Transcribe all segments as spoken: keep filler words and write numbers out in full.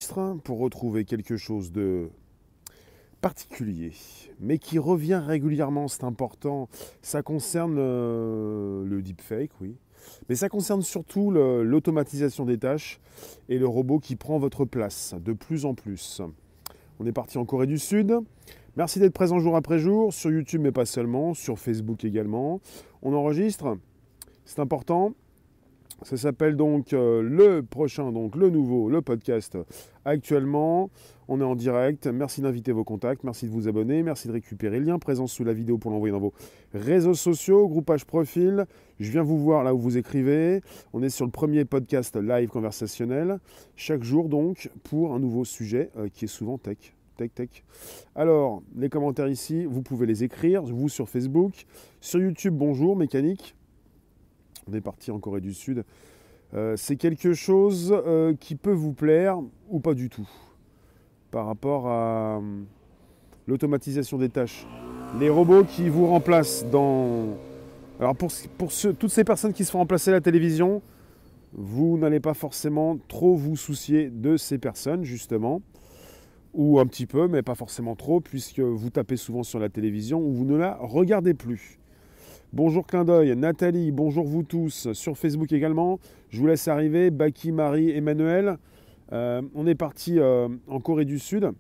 j'enregistre pour retrouver quelque chose de particulier, mais qui revient régulièrement, c'est important. Ça concerne euh, le deepfake, oui. Mais ça concerne surtout le- l'automatisation des tâches et le robot qui prend votre place de plus en plus. On est parti en Corée du Sud. Merci d'être présent jour après jour, sur YouTube mais pas seulement, sur Facebook également. On enregistre, c'est important. Ça s'appelle donc euh, le prochain, donc le nouveau, le podcast. Actuellement, on est en direct. Merci d'inviter vos contacts, merci de vous abonner, merci de récupérer le lien présent sous la vidéo pour l'envoyer dans vos réseaux sociaux, groupage profil. Je viens vous voir là où vous écrivez. On est sur le premier podcast live conversationnel, chaque jour donc, pour un nouveau sujet euh, qui est souvent tech. Tech, tech. Alors, les commentaires ici, vous pouvez les écrire, vous sur Facebook. Sur YouTube, bonjour, mécanique. On est parti en Corée du Sud. Euh, c'est quelque chose euh, qui peut vous plaire ou pas du tout par rapport à euh, l'automatisation des tâches. Les robots qui vous remplacent dans... Alors pour, pour ceux, toutes ces personnes qui se font remplacer à la télévision, vous n'allez pas forcément trop vous soucier de ces personnes, justement. Ou un petit peu, mais pas forcément trop, puisque vous tapez souvent sur la télévision ou vous ne la regardez plus. Bonjour Clin d'œil, Nathalie, bonjour vous tous, sur Facebook également. Je vous laisse arriver, Baki, Marie, Emmanuel. Euh, on est parti euh, en Corée du Sud.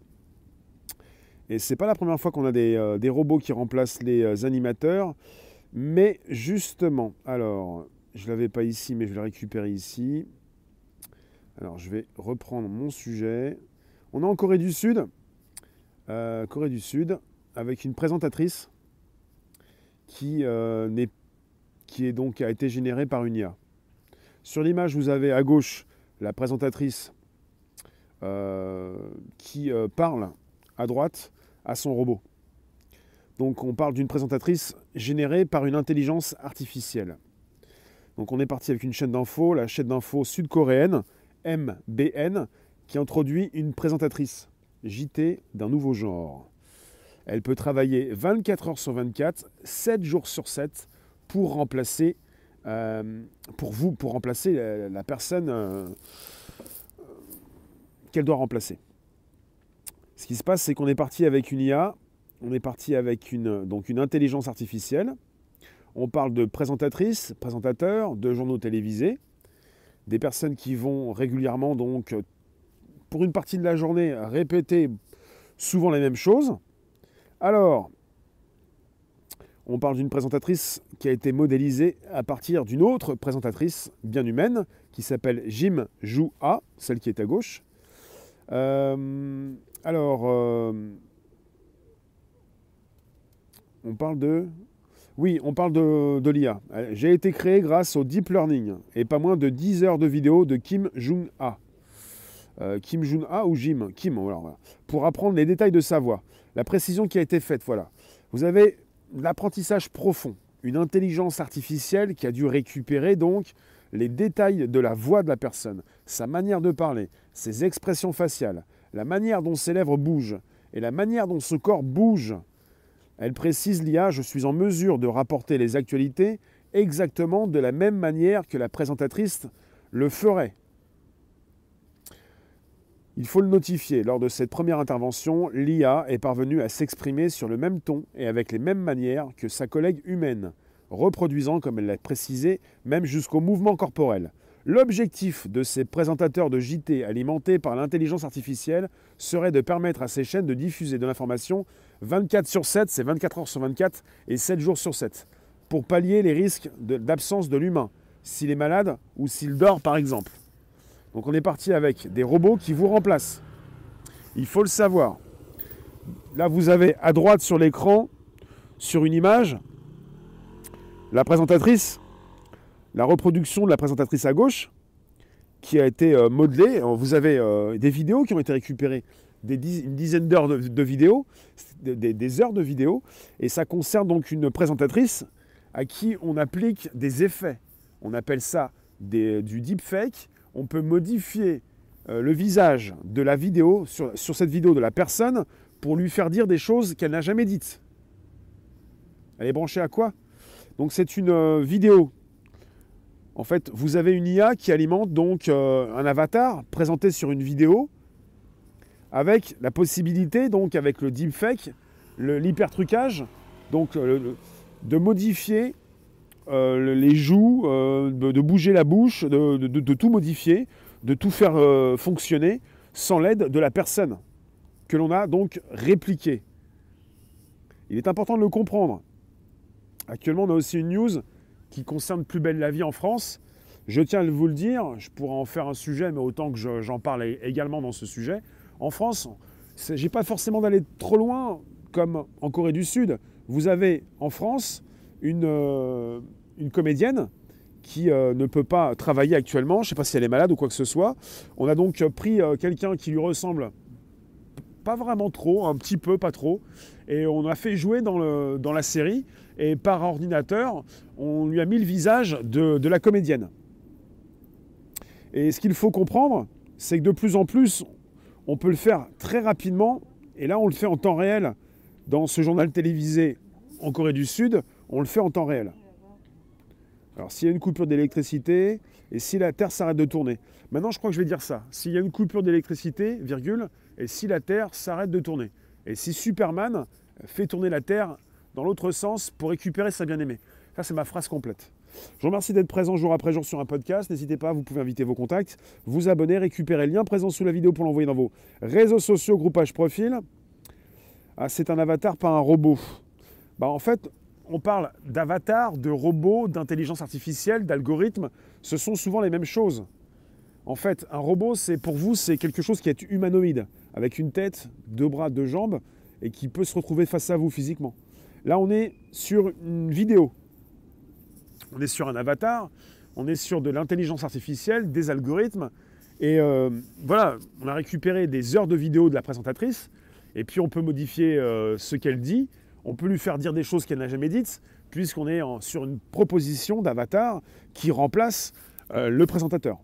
Et c'est pas la première fois qu'on a des, euh, des robots qui remplacent les euh, animateurs. Mais justement, alors, je ne l'avais pas ici, mais je vais le récupérer ici. Alors, je vais reprendre mon sujet. On est en Corée du Sud. Euh, Corée du Sud, avec une présentatrice. Qui, euh, n'est, qui est donc, a été générée par une I A. Sur l'image, vous avez à gauche la présentatrice euh, qui euh, parle à droite à son robot. Donc on parle d'une présentatrice générée par une intelligence artificielle. Donc on est parti avec une chaîne d'info, la chaîne d'info sud-coréenne, M B N, qui introduit une présentatrice J T d'un nouveau genre. Elle peut travailler vingt-quatre heures sur vingt-quatre, sept jours sur sept, pour remplacer, euh, pour vous, pour remplacer la, la personne euh, qu'elle doit remplacer. Ce qui se passe, c'est qu'on est parti avec une I A, on est parti avec une, donc une intelligence artificielle. On parle de présentatrices, présentateurs, de journaux télévisés, des personnes qui vont régulièrement, donc, pour une partie de la journée, répéter souvent les mêmes choses. Alors, on parle d'une présentatrice qui a été modélisée à partir d'une autre présentatrice bien humaine qui s'appelle Jim Joo-ah, celle qui est à gauche. Euh, alors, euh, on parle de... Oui, on parle de, de l'I A. J'ai été créé grâce au Deep Learning et pas moins de dix heures de vidéo de Kim Jong-ah. Euh, Kim Jong-ah ou Jim Kim, voilà, voilà, pour apprendre les détails de sa voix. La précision qui a été faite, voilà. Vous avez l'apprentissage profond, une intelligence artificielle qui a dû récupérer donc les détails de la voix de la personne, sa manière de parler, ses expressions faciales, la manière dont ses lèvres bougent et la manière dont ce corps bouge. Elle précise l'I A, je suis en mesure de rapporter les actualités exactement de la même manière que la présentatrice le ferait. Il faut le notifier, lors de cette première intervention, l'I A est parvenue à s'exprimer sur le même ton et avec les mêmes manières que sa collègue humaine, reproduisant, comme elle l'a précisé, même jusqu'au mouvement corporel. L'objectif de ces présentateurs de J T alimentés par l'intelligence artificielle serait de permettre à ces chaînes de diffuser de l'information vingt-quatre sur sept, c'est vingt-quatre heures sur vingt-quatre et sept jours sur sept, pour pallier les risques de, d'absence de l'humain, s'il est malade ou s'il dort par exemple. Donc on est parti avec des robots qui vous remplacent. Il faut le savoir. Là, vous avez à droite sur l'écran, sur une image, la présentatrice, la reproduction de la présentatrice à gauche, qui a été euh, modelée. Vous avez euh, des vidéos qui ont été récupérées, des diz- une dizaine d'heures de, de vidéos, des, des heures de vidéos, et ça concerne donc une présentatrice à qui on applique des effets. On appelle ça des, du deepfake. On peut modifier euh, le visage de la vidéo, sur, sur cette vidéo de la personne, pour lui faire dire des choses qu'elle n'a jamais dites. Elle est branchée à quoi? Donc c'est une euh, vidéo. En fait, vous avez une I A qui alimente donc euh, un avatar présenté sur une vidéo avec la possibilité, donc avec le deepfake, l'hypertrucage, donc le, de modifier euh, les joues, euh, de, de bouger la bouche, de, de, de, de tout modifier, de tout faire euh, fonctionner sans l'aide de la personne que l'on a donc répliquée. Il est important de le comprendre. Actuellement, on a aussi une news qui concerne Plus belle la vie en France. Je tiens à vous le dire, je pourrais en faire un sujet, mais autant que je, j'en parle également dans ce sujet. En France, il ne s'agit pas forcément d'aller trop loin, comme en Corée du Sud. Vous avez en France une, euh, une comédienne qui euh, ne peut pas travailler actuellement. Je ne sais pas si elle est malade ou quoi que ce soit. On a donc pris euh, quelqu'un qui lui ressemble pas vraiment trop, un petit peu, pas trop. Et on a fait jouer dans, le, dans la série. Et par ordinateur, on lui a mis le visage de, de la comédienne. Et ce qu'il faut comprendre, c'est que de plus en plus, on peut le faire très rapidement. Et là, on le fait en temps réel. Dans ce journal télévisé en Corée du Sud, on le fait en temps réel. Alors, s'il y a une coupure d'électricité et si la Terre s'arrête de tourner. Maintenant, je crois que je vais dire ça. S'il y a une coupure d'électricité, virgule, et si la Terre s'arrête de tourner. Et si Superman fait tourner la Terre dans l'autre sens pour récupérer sa bien-aimée. Ça, c'est ma phrase complète. Je vous remercie d'être présent jour après jour sur un podcast. N'hésitez pas, vous pouvez inviter vos contacts, vous abonner, récupérer le lien présent sous la vidéo pour l'envoyer dans vos réseaux sociaux, groupage profil. Ah, c'est un avatar, pas un robot. Bah, en fait, on parle d'avatar, de robots, d'intelligence artificielle, d'algorithmes. Ce sont souvent les mêmes choses. En fait, un robot, c'est pour vous, c'est quelque chose qui est humanoïde, avec une tête, deux bras, deux jambes, et qui peut se retrouver face à vous physiquement. Là, on est sur une vidéo. On est sur un avatar, on est sur de l'intelligence artificielle, des algorithmes. Et euh, voilà, on a récupéré des heures de vidéo de la présentatrice, et puis on peut modifier euh, ce qu'elle dit. On peut lui faire dire des choses qu'elle n'a jamais dites, puisqu'on est en, sur une proposition d'avatar qui remplace euh, le présentateur.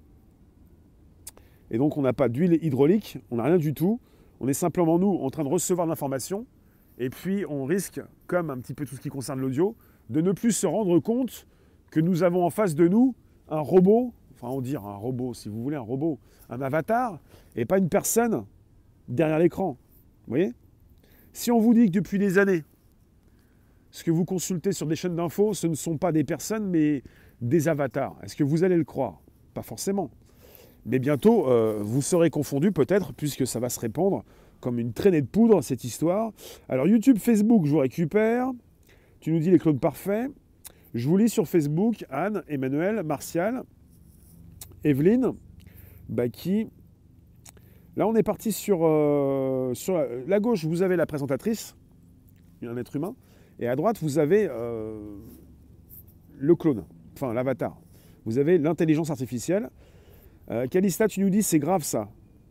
Et donc on n'a pas d'huile hydraulique, on n'a rien du tout. On est simplement, nous, en train de recevoir l'information. Et puis on risque, comme un petit peu tout ce qui concerne l'audio, de ne plus se rendre compte que nous avons en face de nous un robot, enfin on dit un robot si vous voulez, un robot, un avatar, et pas une personne derrière l'écran. Vous voyez ? Si on vous dit que depuis des années, ce que vous consultez sur des chaînes d'infos, ce ne sont pas des personnes, mais des avatars, est-ce que vous allez le croire ? Pas forcément. Mais bientôt, euh, vous serez confondus peut-être, puisque ça va se répandre comme une traînée de poudre, cette histoire. Alors YouTube, Facebook, je vous récupère. Tu nous dis les clones parfaits. Je vous lis sur Facebook, Anne, Emmanuel, Martial, Evelyne, Baki. Là, on est parti sur, euh, sur la, la gauche, vous avez la présentatrice, un être humain, et à droite, vous avez euh, le clone, enfin l'avatar. Vous avez l'intelligence artificielle. Euh, Calista, tu nous dis, c'est grave ça.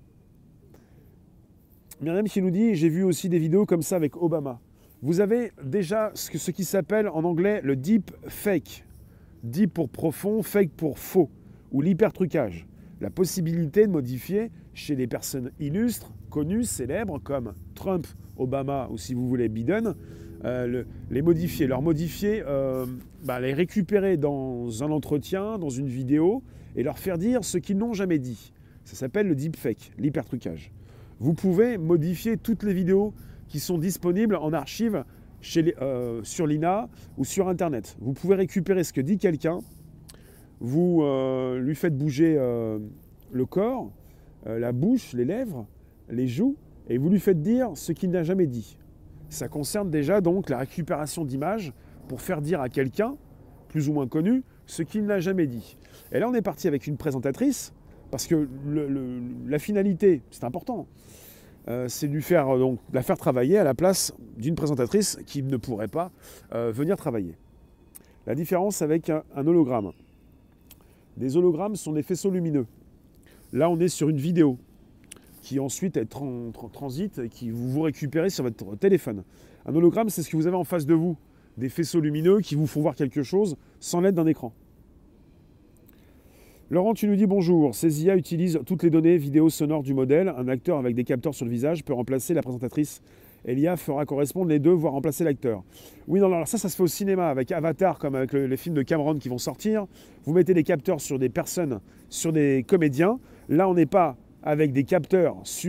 Myriam qui nous dit, j'ai vu aussi des vidéos comme ça avec Obama. Vous avez déjà ce, que, ce qui s'appelle en anglais le deep fake. Deep pour profond, fake pour faux, ou l'hypertrucage. La possibilité de modifier chez des personnes illustres, connues, célèbres, comme Trump, Obama ou si vous voulez Biden, euh, le, les modifier, leur modifier, euh, bah, les récupérer dans un entretien, dans une vidéo, et leur faire dire ce qu'ils n'ont jamais dit. Ça s'appelle le deepfake, l'hypertrucage. Vous pouvez modifier toutes les vidéos qui sont disponibles en archive chez les, euh, sur l'I N A ou sur Internet. Vous pouvez récupérer ce que dit quelqu'un, vous euh, lui faites bouger euh, le corps, euh, la bouche, les lèvres, les joues, et vous lui faites dire ce qu'il n'a jamais dit. Ça concerne déjà donc la récupération d'images pour faire dire à quelqu'un, plus ou moins connu, ce qu'il n'a jamais dit. Et là, on est parti avec une présentatrice, parce que le, le, la finalité, c'est important, euh, c'est de lui faire, donc, la faire travailler à la place d'une présentatrice qui ne pourrait pas euh, venir travailler. La différence avec un, un hologramme. Des hologrammes sont des faisceaux lumineux. Là, on est sur une vidéo qui ensuite est tran, tran, transite et qui vous, vous récupérez sur votre téléphone. Un hologramme, c'est ce que vous avez en face de vous. Des faisceaux lumineux qui vous font voir quelque chose sans l'aide d'un écran. Laurent, tu nous dis bonjour. Ces I A utilisent toutes les données vidéo sonores du modèle. Un acteur avec des capteurs sur le visage peut remplacer la présentatrice. Et l'I A fera correspondre les deux, voire remplacer l'acteur. Oui, non, alors ça, ça se fait au cinéma, avec Avatar, comme avec le, les films de Cameron qui vont sortir. Vous mettez des capteurs sur des personnes, sur des comédiens. Là, on n'est pas avec des capteurs sur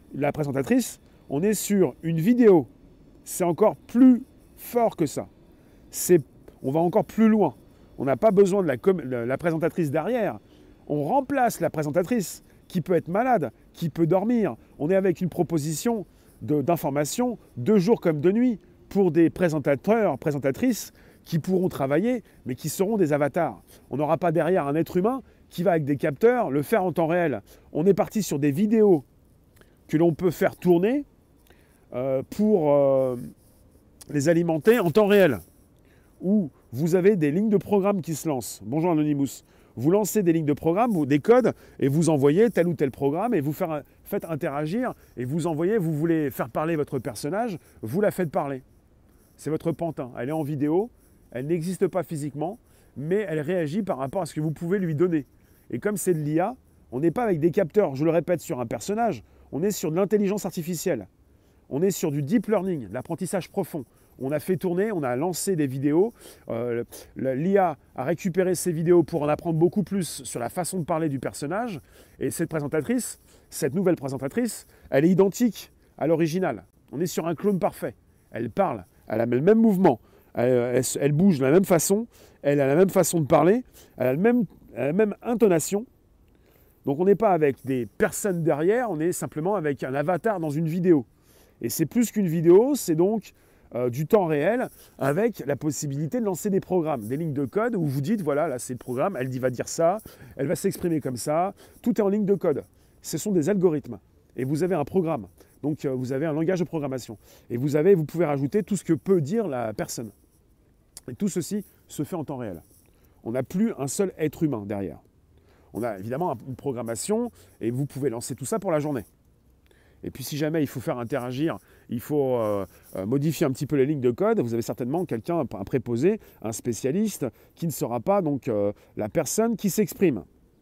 la présentatrice, on est sur une vidéo. C'est encore plus fort que ça. C'est, on va encore plus loin. On n'a pas besoin de la, com- la présentatrice derrière. On remplace la présentatrice qui peut être malade, qui peut dormir. On est avec une proposition de, d'information de jour comme de nuit pour des présentateurs, présentatrices qui pourront travailler, mais qui seront des avatars. On n'aura pas derrière un être humain qui va avec des capteurs le faire en temps réel. On est parti sur des vidéos que l'on peut faire tourner euh, pour euh, les alimenter en temps réel, où vous avez des lignes de programme qui se lancent. Bonjour Anonymous. Vous lancez des lignes de programme ou des codes et vous envoyez tel ou tel programme et vous faire, faites interagir et vous envoyez, vous voulez faire parler votre personnage, vous la faites parler. C'est votre pantin. Elle est en vidéo, elle n'existe pas physiquement, mais elle réagit par rapport à ce que vous pouvez lui donner. Et comme c'est de l'I A, on n'est pas avec des capteurs, je le répète, sur un personnage, on est sur de l'intelligence artificielle. On est sur du deep learning, de l'apprentissage profond. On a fait tourner, on a lancé des vidéos. Euh, L'I A a récupéré ces vidéos pour en apprendre beaucoup plus sur la façon de parler du personnage. Et cette présentatrice, cette nouvelle présentatrice, elle est identique à l'original. On est sur un clone parfait. Elle parle, elle a le même mouvement, elle, elle, elle bouge de la même façon, elle a la même façon de parler, elle a, le même, elle a la même intonation. Donc on n'est pas avec des personnes derrière, on est simplement avec un avatar dans une vidéo. Et c'est plus qu'une vidéo, c'est donc euh, du temps réel avec la possibilité de lancer des programmes, des lignes de code où vous dites, voilà, là c'est le programme, elle va dire ça, elle va s'exprimer comme ça, tout est en ligne de code. Ce sont des algorithmes. Et vous avez un programme, donc euh, vous avez un langage de programmation. Et vous, avez, vous pouvez rajouter tout ce que peut dire la personne. Et tout ceci se fait en temps réel. On n'a plus un seul être humain derrière. On a évidemment une programmation et vous pouvez lancer tout ça pour la journée. Et puis si jamais il faut faire interagir, il faut euh, modifier un petit peu les lignes de code, vous avez certainement quelqu'un, un préposé, un spécialiste, qui ne sera pas donc euh, la personne qui s'exprime.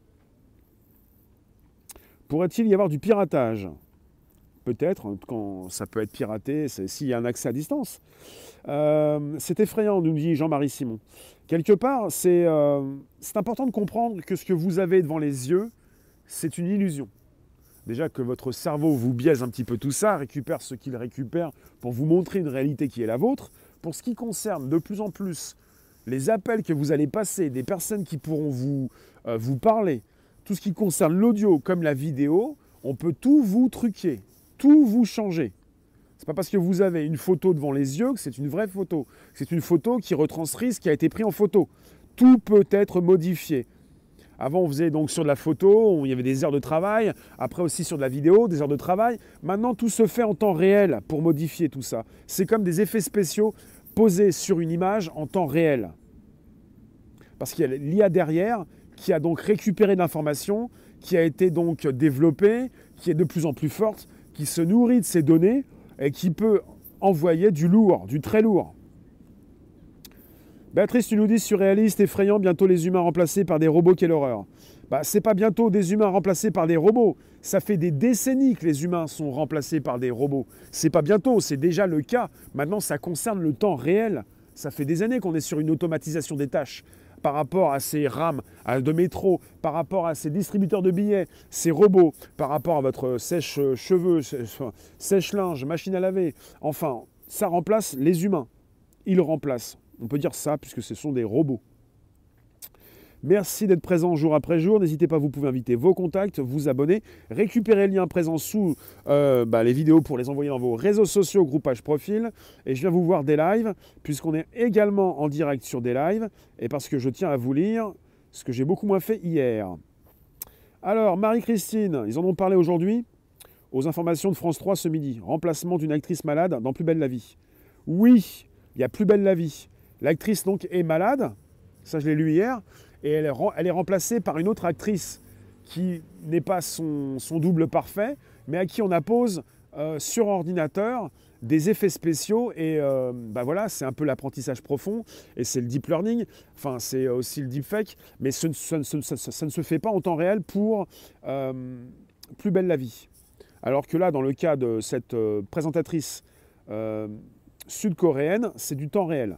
Pourrait-il y avoir du piratage ? Peut-être, quand ça peut être piraté, c'est, s'il y a un accès à distance. Euh, c'est effrayant, nous dit Jean-Marie Simon. Quelque part, c'est, euh, c'est important de comprendre que ce que vous avez devant les yeux, c'est une illusion. Déjà que votre cerveau vous biaise un petit peu tout ça, récupère ce qu'il récupère pour vous montrer une réalité qui est la vôtre. Pour ce qui concerne de plus en plus les appels que vous allez passer, des personnes qui pourront vous, euh, vous parler, tout ce qui concerne l'audio comme la vidéo, on peut tout vous truquer, tout vous changer. C'est pas parce que vous avez une photo devant les yeux que c'est une vraie photo. C'est une photo qui retranscrit ce qui a été pris en photo. Tout peut être modifié. Avant, on faisait donc sur de la photo, il y avait des heures de travail. Après aussi sur de la vidéo, des heures de travail. Maintenant, tout se fait en temps réel pour modifier tout ça. C'est comme des effets spéciaux posés sur une image en temps réel. Parce qu'il y a l'I A derrière qui a donc récupéré de l'information, qui a été donc développée, qui est de plus en plus forte, qui se nourrit de ces données et qui peut envoyer du lourd, du très lourd. Béatrice, tu nous dis surréaliste, effrayant, bientôt les humains remplacés par des robots, quelle horreur. Bah, c'est pas bientôt des humains remplacés par des robots. Ça fait des décennies que les humains sont remplacés par des robots. C'est pas bientôt, c'est déjà le cas. Maintenant, ça concerne le temps réel. Ça fait des années qu'on est sur une automatisation des tâches par rapport à ces rames de métro, par rapport à ces distributeurs de billets, ces robots, par rapport à votre sèche-cheveux, sèche-linge, machine à laver. Enfin, ça remplace les humains. Ils remplacent. On peut dire ça puisque ce sont des robots. Merci d'être présent jour après jour. N'hésitez pas, vous pouvez inviter vos contacts, vous abonner, récupérer le lien présent sous euh, bah, les vidéos pour les envoyer dans vos réseaux sociaux, groupage profil. Et je viens vous voir des lives, puisqu'on est également en direct sur des lives, et parce que je tiens à vous lire ce que j'ai beaucoup moins fait hier. Alors, Marie-Christine, ils en ont parlé aujourd'hui aux informations de France trois ce midi. Remplacement d'une actrice malade dans Plus belle la vie. Oui, il y a Plus belle la vie. L'actrice donc est malade, ça je l'ai lu hier, et elle est, elle est remplacée par une autre actrice qui n'est pas son, son double parfait, mais à qui on appose euh, sur ordinateur des effets spéciaux, et euh, bah voilà, c'est un peu l'apprentissage profond, et c'est le deep learning, enfin c'est aussi le deepfake, mais ce, ce, ce, ce, ça ne se fait pas en temps réel pour euh, Plus belle la vie. Alors que là, dans le cas de cette euh, présentatrice euh, sud-coréenne, c'est du temps réel.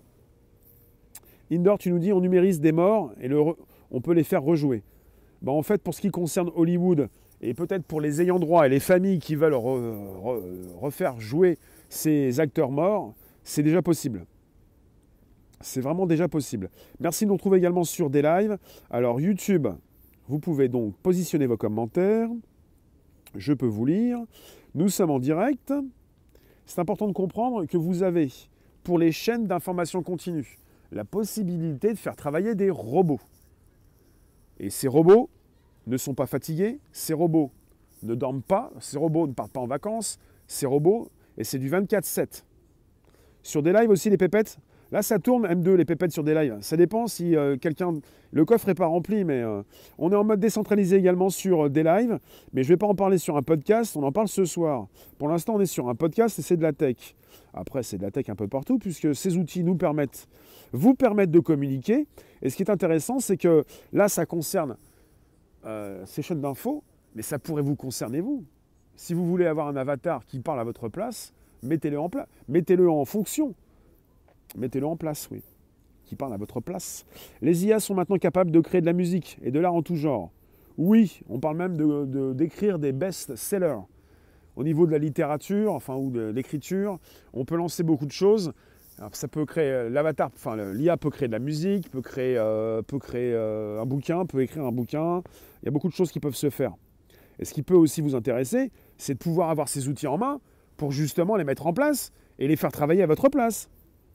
Indor, tu nous dis, on numérise des morts et le re... on peut les faire rejouer. Ben, en fait, pour ce qui concerne Hollywood et peut-être pour les ayants droit et les familles qui veulent re, re, refaire jouer ces acteurs morts, c'est déjà possible. C'est vraiment déjà possible. Merci de nous retrouver également sur des lives. Alors YouTube, vous pouvez donc positionner vos commentaires. Je peux vous lire. Nous sommes en direct. C'est important de comprendre que vous avez, pour les chaînes d'information continue, la possibilité de faire travailler des robots. Et ces robots ne sont pas fatigués, ces robots ne dorment pas, ces robots ne partent pas en vacances, ces robots, et c'est du vingt-quatre sept. Sur des lives aussi, les pépettes, là ça tourne M deux, les pépettes sur des lives. Ça dépend si euh, quelqu'un... Le coffre n'est pas rempli, mais euh, on est en mode décentralisé également sur euh, des lives, mais je ne vais pas en parler sur un podcast, on en parle ce soir. Pour l'instant, on est sur un podcast et c'est de la tech. Après, c'est de la tech un peu partout, puisque ces outils nous permettent, vous permettent de communiquer. Et ce qui est intéressant, c'est que là, ça concerne euh, ces chaînes d'infos, mais ça pourrait vous concerner vous. Si vous voulez avoir un avatar qui parle à votre place, mettez-le en place, mettez-le en fonction. Mettez-le en place, oui. Qui parle à votre place. Les I A sont maintenant capables de créer de la musique et de l'art en tout genre. Oui, on parle même de, de, d'écrire des best-sellers. Au niveau de la littérature, enfin, ou de l'écriture, on peut lancer beaucoup de choses. Alors, ça peut créer l'avatar, enfin, l'I A peut créer de la musique, peut créer, euh, peut créer euh, un bouquin, peut écrire un bouquin. Il y a beaucoup de choses qui peuvent se faire. Et ce qui peut aussi vous intéresser, c'est de pouvoir avoir ces outils en main pour justement les mettre en place et les faire travailler à votre place.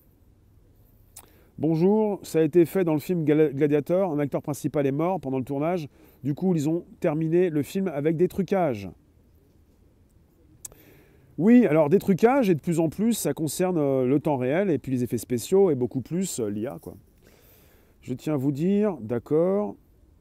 Bonjour, ça a été fait dans le film Gladiator. Un acteur principal est mort pendant le tournage. Du coup, ils ont terminé le film avec des trucages. Oui, alors des trucages, et de plus en plus, ça concerne le temps réel, et puis les effets spéciaux, et beaucoup plus l'I A, quoi. Je tiens à vous dire, d'accord.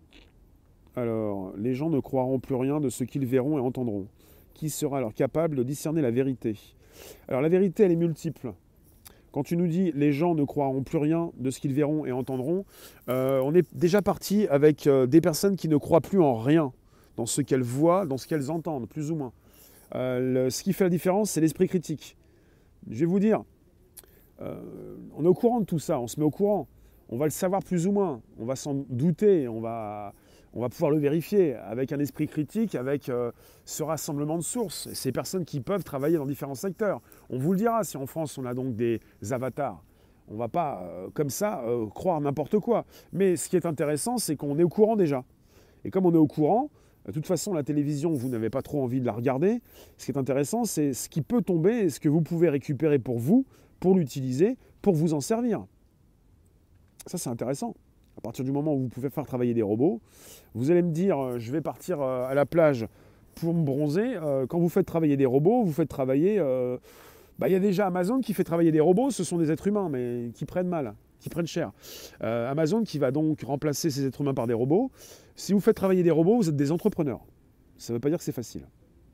Alors, les gens ne croiront plus rien de ce qu'ils verront et entendront. Qui sera alors capable de discerner la vérité? Alors, la vérité, elle est multiple. Quand tu nous dis « les gens ne croiront plus rien de ce qu'ils verront et entendront euh, », on est déjà parti avec euh, des personnes qui ne croient plus en rien, dans ce qu'elles voient, dans ce qu'elles entendent, plus ou moins. Euh, le, ce qui fait la différence, c'est l'esprit critique. Je vais vous dire, euh, on est au courant de tout ça, on se met au courant. On va le savoir plus ou moins, on va s'en douter, on va, on va pouvoir le vérifier avec un esprit critique, avec euh, ce rassemblement de sources. Et ces personnes qui peuvent travailler dans différents secteurs. On vous le dira, si en France on a donc des avatars, on ne va pas euh, comme ça euh, croire n'importe quoi. Mais ce qui est intéressant, c'est qu'on est au courant déjà. Et comme on est au courant, de toute façon, la télévision, vous n'avez pas trop envie de la regarder. Ce qui est intéressant, c'est ce qui peut tomber et ce que vous pouvez récupérer pour vous, pour l'utiliser, pour vous en servir. Ça, c'est intéressant. À partir du moment où vous pouvez faire travailler des robots, vous allez me dire, euh, je vais partir euh, à la plage pour me bronzer. Euh, quand vous faites travailler des robots, vous faites travailler... Euh, bah, y a déjà Amazon qui fait travailler des robots, ce sont des êtres humains, mais qui prennent mal, qui prennent cher. Euh, Amazon qui va donc remplacer ces êtres humains par des robots. Si vous faites travailler des robots, vous êtes des entrepreneurs. Ça ne veut pas dire que c'est facile.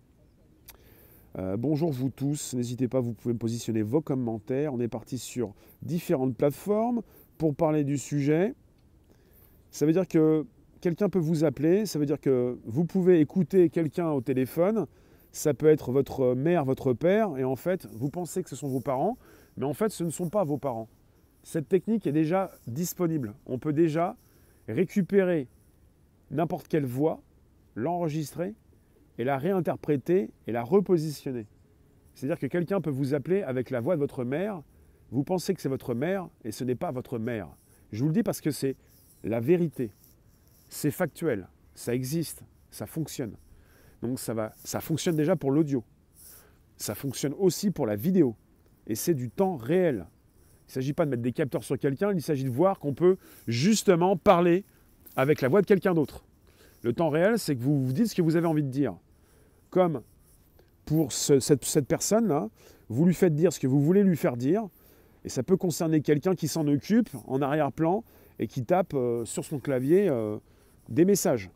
Euh, bonjour vous tous, n'hésitez pas, vous pouvez me positionner vos commentaires. On est parti sur différentes plateformes pour parler du sujet. Ça veut dire que quelqu'un peut vous appeler, ça veut dire que vous pouvez écouter quelqu'un au téléphone, ça peut être votre mère, votre père, et en fait, vous pensez que ce sont vos parents, mais en fait, ce ne sont pas vos parents. Cette technique est déjà disponible. On peut déjà récupérer n'importe quelle voix, l'enregistrer, et la réinterpréter et la repositionner. C'est-à-dire que quelqu'un peut vous appeler avec la voix de votre mère, vous pensez que c'est votre mère, et ce n'est pas votre mère. Je vous le dis parce que c'est la vérité. C'est factuel, ça existe, ça fonctionne. Donc ça, va, ça fonctionne déjà pour l'audio. Ça fonctionne aussi pour la vidéo. Et c'est du temps réel. Il ne s'agit pas de mettre des capteurs sur quelqu'un, il s'agit de voir qu'on peut justement parler avec la voix de quelqu'un d'autre. Le temps réel, c'est que vous vous dites ce que vous avez envie de dire. Comme pour ce, cette, cette personne-là, vous lui faites dire ce que vous voulez lui faire dire, et ça peut concerner quelqu'un qui s'en occupe en arrière-plan et qui tape euh, sur son clavier euh, des messages.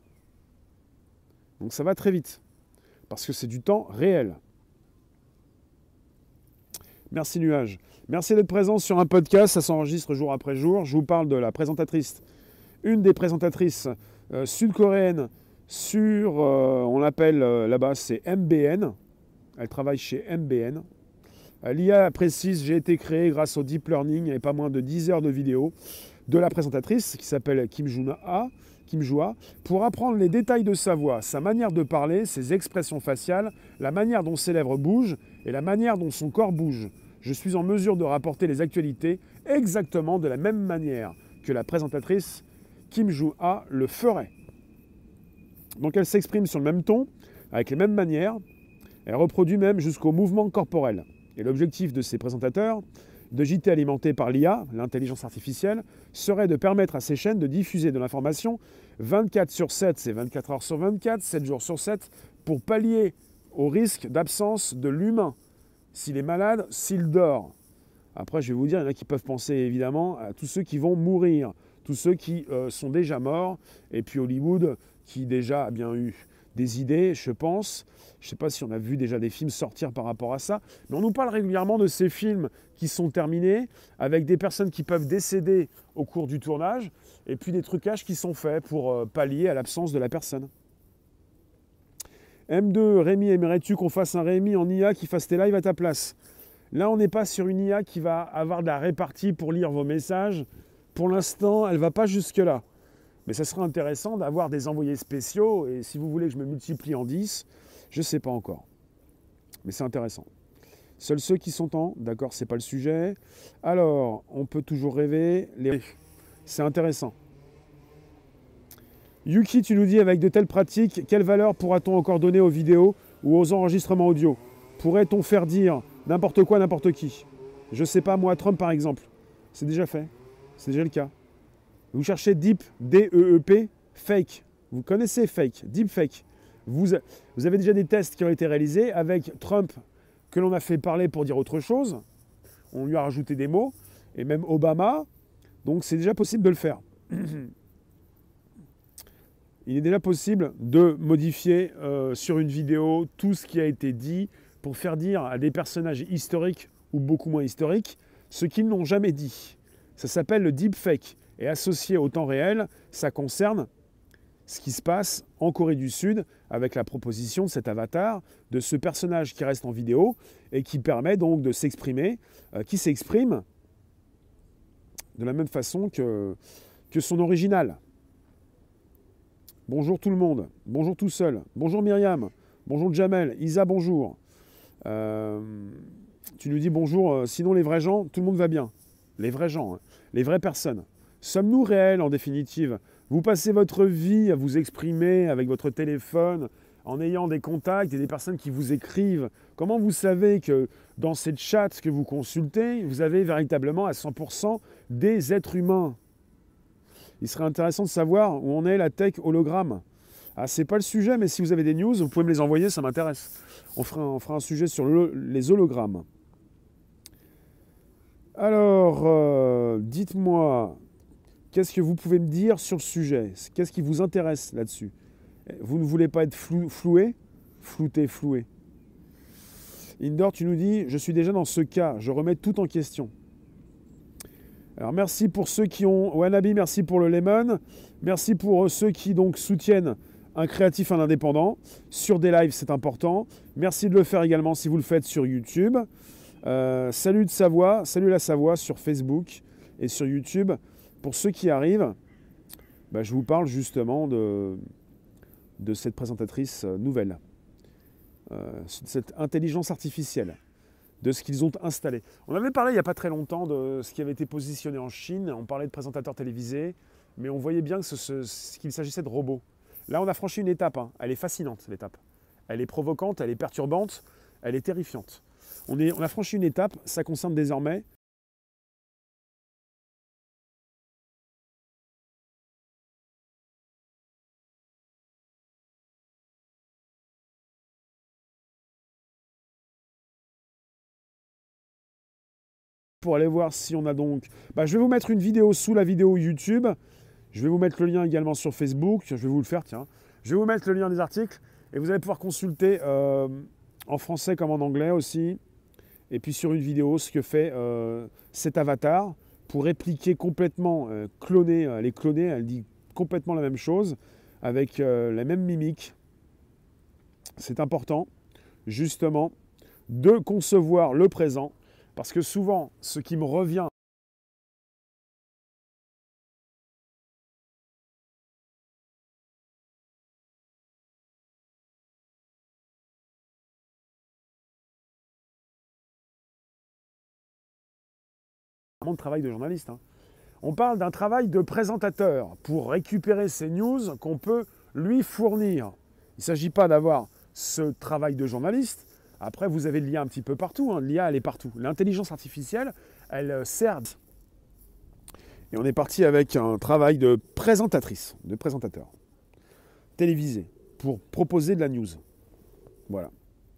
Donc ça va très vite, parce que c'est du temps réel. Merci Nuage. Merci d'être présent sur un podcast, ça s'enregistre jour après jour. Je vous parle de la présentatrice, une des présentatrices euh, sud-coréennes sur, euh, on l'appelle euh, là-bas, c'est M B N. Elle travaille chez M B N. Euh, L'I A précise, j'ai été créé grâce au deep learning et pas moins de dix heures de vidéo de la présentatrice qui s'appelle Kim Juna-ah, Kim Joo-ha, pour apprendre les détails de sa voix, sa manière de parler, ses expressions faciales, la manière dont ses lèvres bougent et la manière dont son corps bouge. Je suis en mesure de rapporter les actualités exactement de la même manière que la présentatrice Kim Joo-ha le ferait. Donc elle s'exprime sur le même ton, avec les mêmes manières, elle reproduit même jusqu'au mouvement corporel. Et l'objectif de ces présentateurs, de J T alimentés par l'I A, l'intelligence artificielle, serait de permettre à ces chaînes de diffuser de l'information vingt-quatre sur sept, c'est vingt-quatre heures sur vingt-quatre, sept jours sur sept, pour pallier au risque d'absence de l'humain. S'il est malade, s'il dort. Après, je vais vous dire, il y en a qui peuvent penser évidemment à tous ceux qui vont mourir, tous ceux qui euh, sont déjà morts, et puis Hollywood qui déjà a bien eu des idées, je pense. Je ne sais pas si on a vu déjà des films sortir par rapport à ça, mais on nous parle régulièrement de ces films qui sont terminés, avec des personnes qui peuvent décéder au cours du tournage, et puis des trucages qui sont faits pour euh, pallier à l'absence de la personne. M deux, Rémi, aimerais-tu qu'on fasse un Rémi en I A qui fasse tes lives à ta place? Là, on n'est pas sur une I A qui va avoir de la répartie pour lire vos messages. Pour l'instant, elle ne va pas jusque-là. Mais ça serait intéressant d'avoir des envoyés spéciaux. Et si vous voulez que je me multiplie en dix, je ne sais pas encore. Mais c'est intéressant. Seuls ceux qui sont en... D'accord, ce n'est pas le sujet. Alors, on peut toujours rêver. Les... C'est intéressant. Yuki, tu nous dis, avec de telles pratiques, quelle valeur pourra-t-on encore donner aux vidéos ou aux enregistrements audio? Pourrait-on faire dire n'importe quoi, n'importe qui? Je ne sais pas, moi, Trump par exemple. C'est déjà fait. C'est déjà le cas. Vous cherchez Deep, D E E P, Fake. Vous connaissez Fake, Deep Fake. Vous, vous avez déjà des tests qui ont été réalisés avec Trump, que l'on a fait parler pour dire autre chose. On lui a rajouté des mots. Et même Obama. Donc c'est déjà possible de le faire. Il est déjà possible de modifier euh, sur une vidéo tout ce qui a été dit pour faire dire à des personnages historiques ou beaucoup moins historiques ce qu'ils n'ont jamais dit. Ça s'appelle le deepfake. Et associé au temps réel, ça concerne ce qui se passe en Corée du Sud avec la proposition de cet avatar, de ce personnage qui reste en vidéo et qui permet donc de s'exprimer, euh, qui s'exprime de la même façon que, que son original. Bonjour tout le monde, bonjour tout seul, bonjour Myriam, bonjour Jamel, Isa bonjour. Euh, tu nous dis bonjour, euh, sinon les vrais gens, tout le monde va bien. Les vrais gens, hein, les vraies personnes. Sommes-nous réels en définitive? Vous passez votre vie à vous exprimer avec votre téléphone, en ayant des contacts et des personnes qui vous écrivent. Comment vous savez que dans cette chat que vous consultez, vous avez véritablement à cent pour cent des êtres humains? Il serait intéressant de savoir où on est la tech hologramme. Ah, c'est pas le sujet, mais si vous avez des news, vous pouvez me les envoyer, ça m'intéresse. On fera, on fera un sujet sur le, les hologrammes. Alors, euh, dites-moi, qu'est-ce que vous pouvez me dire sur le sujet? Qu'est-ce qui vous intéresse là-dessus? Vous ne voulez pas être flou, floué? Flouté, floué. Indor, tu nous dis, je suis déjà dans ce cas, je remets tout en question. Alors merci pour ceux qui ont... Wanabi, merci pour le lemon. Merci pour ceux qui donc soutiennent un créatif, un indépendant. Sur des lives, c'est important. Merci de le faire également si vous le faites sur YouTube. Euh, salut de Savoie, salut la Savoie sur Facebook et sur YouTube. Pour ceux qui arrivent, bah, je vous parle justement de, de cette présentatrice nouvelle, euh, cette intelligence artificielle, de ce qu'ils ont installé. On avait parlé il n'y a pas très longtemps de ce qui avait été positionné en Chine. On parlait de présentateurs télévisés, mais on voyait bien que ce, ce, ce, qu'il s'agissait de robots. Là, on a franchi une étape. Hein. Elle est fascinante, l'étape. Elle est provocante, elle est perturbante, elle est terrifiante. On, est, on a franchi une étape. Ça concerne désormais pour aller voir si on a donc... Bah, je vais vous mettre une vidéo sous la vidéo YouTube. Je vais vous mettre le lien également sur Facebook. Je vais vous le faire, tiens. Je vais vous mettre le lien des articles. Et vous allez pouvoir consulter euh, en français comme en anglais aussi. Et puis sur une vidéo, ce que fait euh, cet avatar pour répliquer complètement, euh, cloner, elle est clonée, elle dit complètement la même chose, avec euh, la même mimique. C'est important, justement, de concevoir le présent. Parce que souvent, ce qui me revient de travail de journaliste. Hein. On parle d'un travail de présentateur pour récupérer ces news qu'on peut lui fournir. Il ne s'agit pas d'avoir ce travail de journaliste. Après, vous avez l'I A un petit peu partout. Hein. L'I A, elle est partout. L'intelligence artificielle, elle sert. Et on est parti avec un travail de présentatrice, de présentateur télévisé pour proposer de la news. Voilà.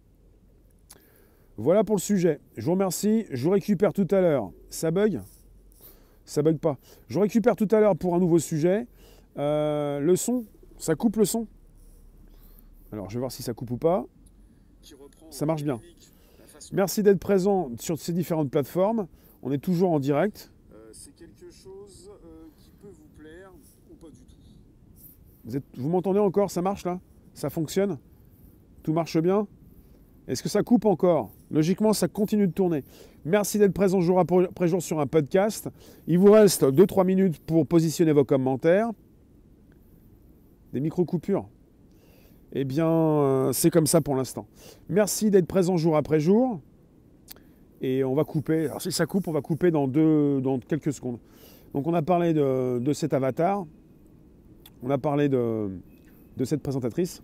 Voilà pour le sujet. Je vous remercie. Je vous récupère tout à l'heure. Ça bug ? Ça bug pas. Je vous récupère tout à l'heure pour un nouveau sujet. Euh, le son, ça coupe le son. Alors, je vais voir si ça coupe ou pas. Ça marche bien. Merci d'être présent sur ces différentes plateformes. On est toujours en direct. Euh, c'est quelque chose euh, qui peut vous plaire ou pas du tout. Vous, êtes, vous m'entendez encore? Ça marche là? Ça fonctionne? Tout marche bien? Est-ce que ça coupe encore? Logiquement, ça continue de tourner. Merci d'être présent jour après jour sur un podcast. Il vous reste deux trois minutes pour positionner vos commentaires. Des micro-coupures. Eh bien, euh, c'est comme ça pour l'instant. Merci d'être présent jour après jour. Et on va couper. Alors si ça coupe, on va couper dans, deux, dans quelques secondes. Donc on a parlé de, de cet avatar. On a parlé de, de cette présentatrice.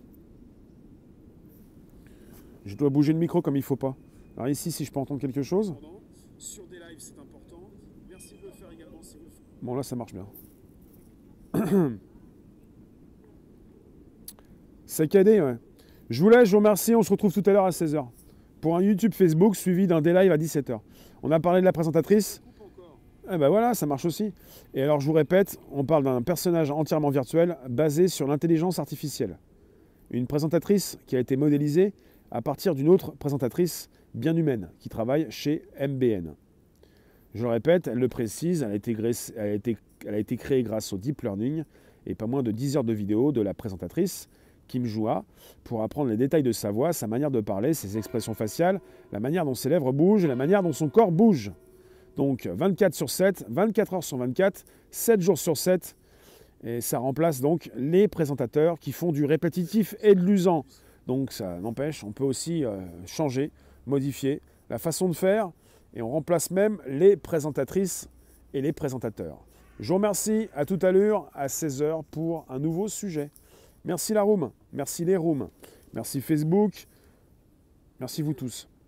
Je dois bouger le micro comme il ne faut pas. Alors ici, si je peux entendre quelque chose. Sur des lives, c'est important. Merci de le faire également si vous le faites. Bon, là, ça marche bien. Saccadé, ouais. Je vous laisse, je vous remercie. On se retrouve tout à l'heure à seize heures pour un YouTube Facebook suivi d'un day live à dix-sept heures. On a parlé de la présentatrice. Eh ben voilà, ça marche aussi. Et alors, je vous répète, on parle d'un personnage entièrement virtuel basé sur l'intelligence artificielle. Une présentatrice qui a été modélisée à partir d'une autre présentatrice bien humaine qui travaille chez M B N. Je le répète, elle le précise, elle a été, elle a été, elle a été créée grâce au deep learning et pas moins de dix heures de vidéo de la présentatrice Kim Joua pour apprendre les détails de sa voix, sa manière de parler, ses expressions faciales, la manière dont ses lèvres bougent et la manière dont son corps bouge. Donc vingt-quatre sur sept, vingt-quatre heures sur vingt-quatre, sept jours sur sept. Et ça remplace donc les présentateurs qui font du répétitif et de l'usant. Donc ça n'empêche, on peut aussi euh, changer, modifier la façon de faire et on remplace même les présentatrices et les présentateurs. Je vous remercie, à tout à l'heure à seize heures pour un nouveau sujet. Merci la room, merci les rooms, merci Facebook, merci vous tous.